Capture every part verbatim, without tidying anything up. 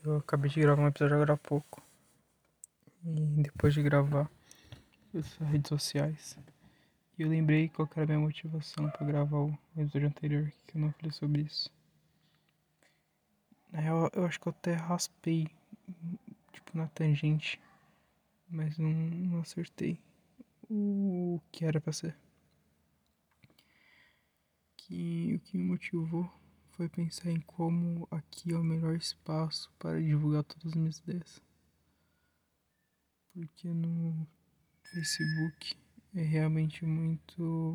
Eu acabei de gravar um episódio agora há pouco. E depois de gravar, eu fui nas redes sociais. E eu lembrei qual que era a minha motivação pra gravar o episódio anterior, que eu não falei sobre isso. Na real, eu acho que eu até raspei, tipo, na tangente, mas não, não acertei o que era pra ser. Que o que me motivou foi pensar em como aqui é o melhor espaço para divulgar todas as minhas ideias. Porque no Facebook é realmente muito,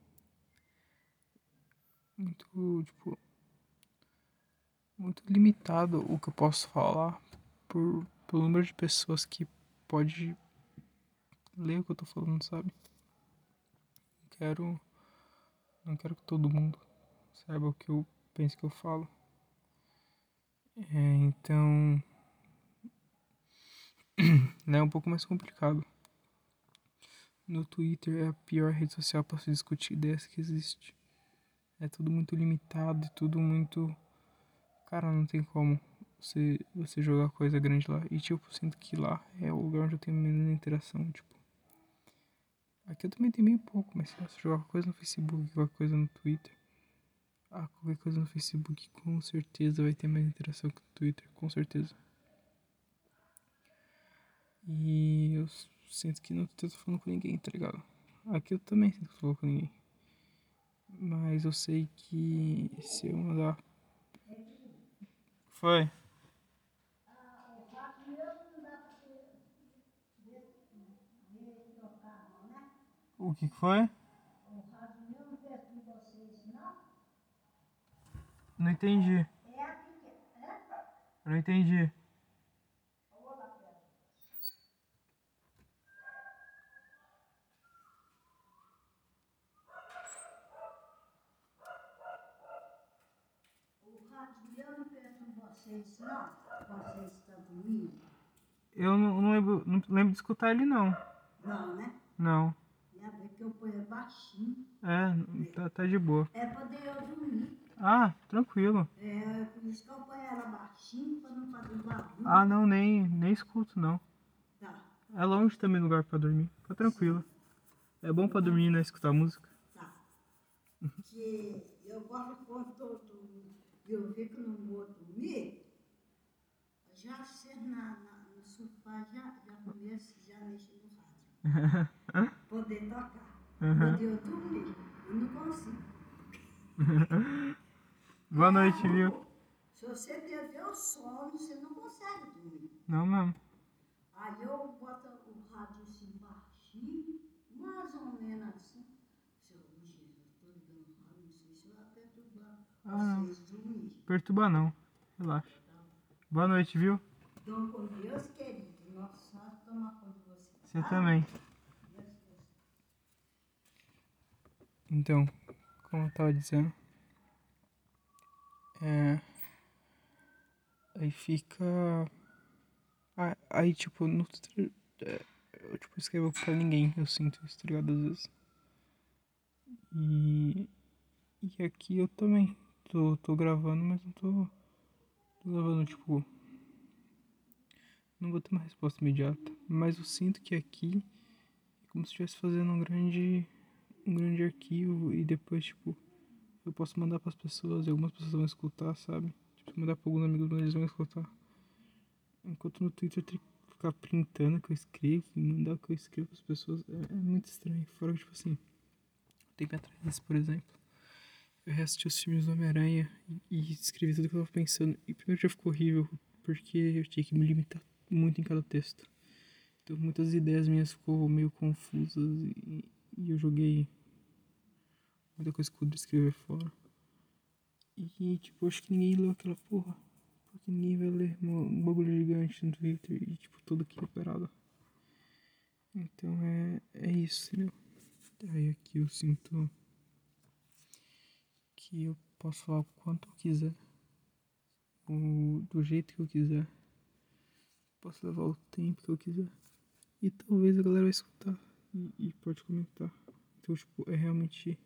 muito, tipo, muito limitado o que eu posso falar por, pelo número de pessoas que pode ler o que eu tô falando, sabe? Não quero, não quero que todo mundo saiba o que eu penso que eu falo. É, então, né, é um pouco mais complicado. No Twitter é a pior rede social para se discutir ideias que existe. É tudo muito limitado e tudo muito... Cara, não tem como você, você jogar coisa grande lá. E tipo, eu sinto que lá é o lugar onde eu tenho menos interação, tipo. Aqui eu também tenho meio pouco, mas se você jogar coisa no Facebook, qualquer coisa no Twitter. Ah, qualquer coisa no Facebook com certeza vai ter mais interação que no Twitter, com certeza. E eu sinto que não tô falando com ninguém, tá ligado? Aqui eu também sinto que tô falando com ninguém. Mas eu sei que se eu mandar... Foi? O que que foi? Não entendi. Eu não entendi. O rádio meu não fez com vocês, não? Vocês estão dormindo? Eu não, não lembro, não lembro de escutar ele, não. Não, né? Não. É porque eu ponho baixinho. É, tá, tá de boa. É poder eu dormir. Ah, tranquilo. É, por isso que eu ponho ela baixinho pra não fazer barulho. Ah, não, nem, nem escuto, não. Tá. É longe também lugar pra dormir. Tá tranquilo. É bom pra dormir, né? Escutar música. Tá. Que eu gosto quando eu, eu vi que não vou dormir, já sento na, na, no sofá, já, já começo, já mexo no rádio. Poder tocar. Poder eu dormir. Eu não consigo. Boa noite, viu? Se você perder o sono, você não consegue dormir. Não mesmo. Aí eu boto o rádio assim baixinho, mais ou menos assim. Seu Jesus, estou ligando o rádio, não sei se vai perturbar Ah, vocês dormirem. Perturba não. Relaxa. Boa noite, viu? Então, com Deus, querido, nosso santo toma conta de você. Você também. Então, como eu tava dizendo, é... aí fica... Ah, aí, tipo, no Twitter, é, eu, tipo, escrevo pra ninguém, eu sinto isso, tá ligado? Às vezes. E... E aqui eu também tô, tô gravando, mas não tô, tô gravando, tipo... Não vou ter uma resposta imediata, mas eu sinto que aqui é como se estivesse fazendo um grande... Um grande arquivo e depois, tipo... Eu posso mandar pras pessoas e algumas pessoas vão escutar, sabe? Tipo, se mandar pra alguns amigos meus, eles vão escutar. Enquanto no Twitter eu tenho que ficar printando o que eu escrevo e mandar o que eu escrevo pras pessoas. É, é muito estranho. Fora que, tipo assim, um tempo atrás, por exemplo, eu reassisti os filmes do Homem-Aranha e, e escrevi tudo que eu tava pensando. E primeiro já ficou horrível, porque eu tinha que me limitar muito em cada texto. Então muitas ideias minhas ficou meio confusas e, e eu joguei muita coisa que eu podia escrever fora. E tipo, acho que ninguém leu aquela porra. Porque ninguém vai ler um bagulho gigante no Twitter e tipo, tudo aqui é parado. Então é, é isso, entendeu? Aí aqui eu sinto que eu posso falar o quanto eu quiser. O, do jeito que eu quiser. Posso levar o tempo que eu quiser. E talvez a galera vai escutar e, e pode comentar. Então, tipo, é realmente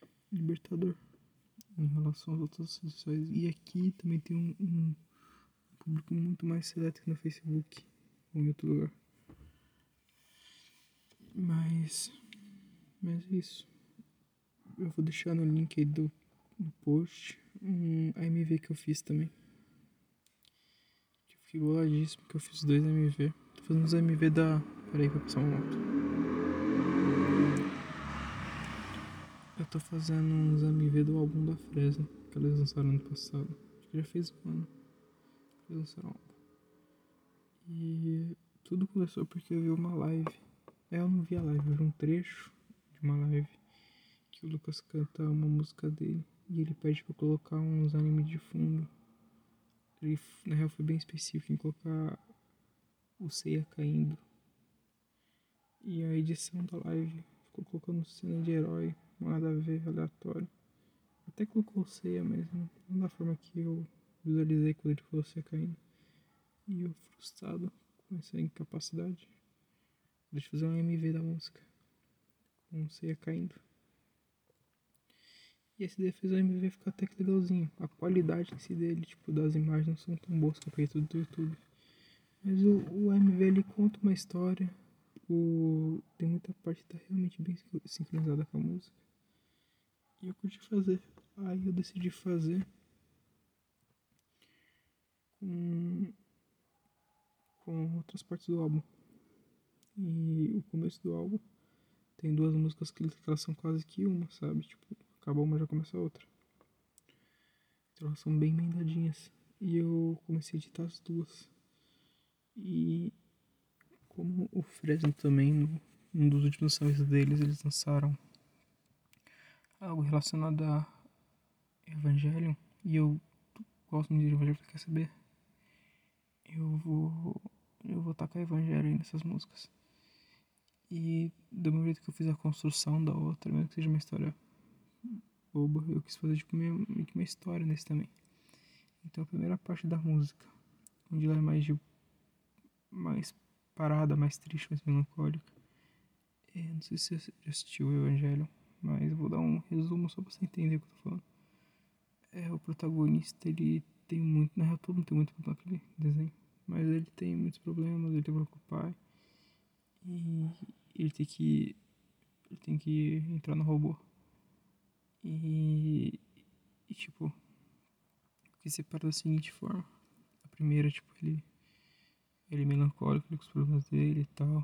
libertador em relação às outras redes sociais. E aqui também tem um, um público muito mais seleto que no Facebook ou em outro lugar. Mas, mas é isso. Eu vou deixar no link aí do, do post um A M V que eu fiz também. Eu fiquei boladíssimo que eu fiz dois A M V. Tô fazendo uns A M V da... Peraí que vai passar uma moto. Eu tô fazendo uns A M V do álbum da Fresno, que eles lançaram ano passado. Acho que já fez um ano que eles lançaram o álbum. E tudo começou porque eu vi uma live. É, eu não vi a live, eu vi um trecho de uma live que o Lucas canta uma música dele e ele pede pra eu colocar uns animes de fundo. Ele, na real, foi bem específico em colocar o Seiya caindo. E a edição da live ficou colocando cena de herói, nada a ver, aleatório. Até colocou o Seiya, mas não, não da forma que eu visualizei quando ele falou Seiya caindo. E eu, frustrado com essa incapacidade, deixa eu fazer um M V da música com o Seiya caindo. E esse daí fez o M V ficar até que legalzinho. A qualidade em si dele, tipo, das imagens não são tão boas que eu peguei tudo do YouTube. Mas o, o M V ele conta uma história. O, tem muita parte que tá realmente bem sincronizada com a música. E eu curti fazer. Aí eu decidi fazer com, com outras partes do álbum. E o começo do álbum tem duas músicas que elas são quase que uma, sabe? Tipo, acaba uma já começa a outra. Então elas são bem emendadinhas. E eu comecei a editar as duas. E como o Fresno também, no, num dos últimos lançamentos deles, eles lançaram algo relacionado a Evangelion. E eu gosto muito de Evangelion, quer saber? Eu vou. Eu vou tacar Evangelion nessas músicas. E do mesmo jeito que eu fiz a construção da outra, mesmo que seja uma história boba, eu quis fazer tipo meio, meio que uma história nesse também. Então a primeira parte da música, onde ela é mais de mais parada, mais triste, mais melancólica. É, não sei se você já assistiu o Evangelho, mas vou dar um resumo só pra você entender o que eu tô falando. É, o protagonista, ele tem muito, na real todo mundo tem muito problema naquele desenho, mas ele tem muitos problemas, ele tem problema com o pai, e ele tem que, ele tem que entrar no robô. E, e tipo, o que separa da seguinte forma. A primeira, tipo, ele, ele é melancólico, ele com os problemas dele e tal.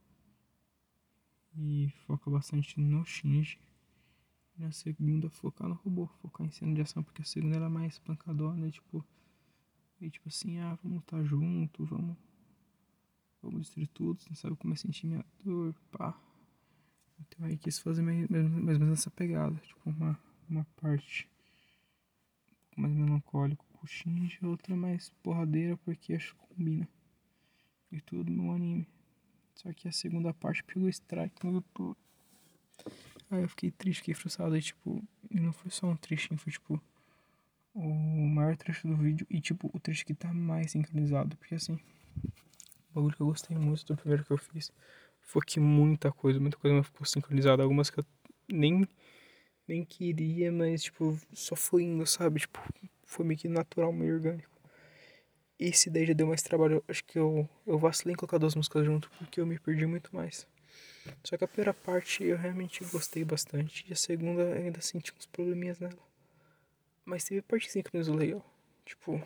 E foca bastante no Shinji. E na segunda, focar no robô, focar em cena de ação, porque a segunda ela é mais pancadona, né? Tipo, e tipo assim, ah, vamos lutar junto, vamos, vamos destruir tudo, você não sabe como é sentir minha dor, pá. Então aí quis fazer mais, mais, mais ou menos essa pegada, tipo, uma, uma parte um pouco mais melancólica com o Shinji, outra mais porradeira, porque acho que combina. E tudo no anime. Só que a segunda parte pegou strike no YouTube. Aí eu fiquei triste, fiquei frustrado. Aí, tipo, e não foi só um trechinho, foi tipo o maior trecho do vídeo e, tipo, o trecho que tá mais sincronizado. Porque, assim, o bagulho que eu gostei muito do primeiro que eu fiz foi que muita coisa, muita coisa não ficou sincronizada. Algumas que eu nem, nem queria, mas, tipo, só foi indo, sabe? Tipo, foi meio que natural, meio orgânico. Esse daí já deu mais trabalho. Acho que eu, eu vacilei em colocar duas músicas junto porque eu me perdi muito mais. Só que a primeira parte eu realmente gostei bastante. E a segunda eu ainda senti uns probleminhas nela. Mas teve partezinha que me usou legal. Tipo.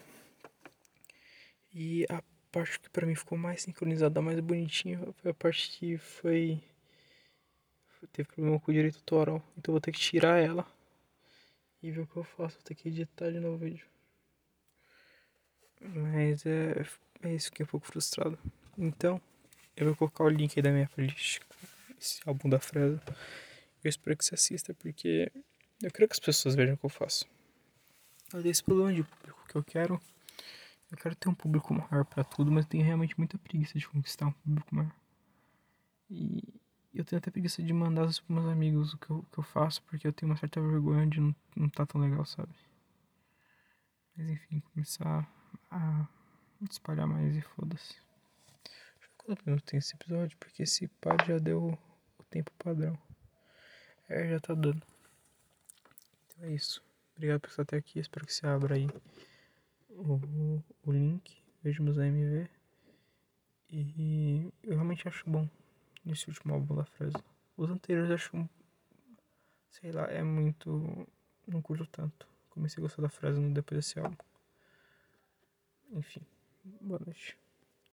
E a parte que pra mim ficou mais sincronizada, mais bonitinha, foi a parte que foi. Teve problema com o direito autoral. Então eu vou ter que tirar ela. E ver o que eu faço. Vou ter que editar de novo o vídeo. Mas é. É isso, fiquei um pouco frustrado. Então, eu vou colocar o link aí da minha playlist. Esse álbum da Fresno. Eu espero que você assista, porque eu quero que as pessoas vejam o que eu faço. Eu tenho esse problema de público que eu quero. Eu quero ter um público maior pra tudo, mas eu tenho realmente muita preguiça de conquistar um público maior. E eu tenho até preguiça de mandar pros meus amigos o que eu, que eu faço, porque eu tenho uma certa vergonha de não, não tá tão legal, sabe? Mas enfim, começar a espalhar mais e foda-se. Deixa eu ver quanto minuto tem esse episódio, porque esse pá já deu o tempo padrão. É, já tá dando. Então é isso. Obrigado por estar até aqui. Espero que você abra aí o, o link vejo meus A M V. E eu realmente acho bom nesse último álbum da Fresno. Os anteriores eu acho, sei lá, é muito... Não curto tanto. Comecei a gostar da Fresno depois desse álbum. Enfim, boa noite.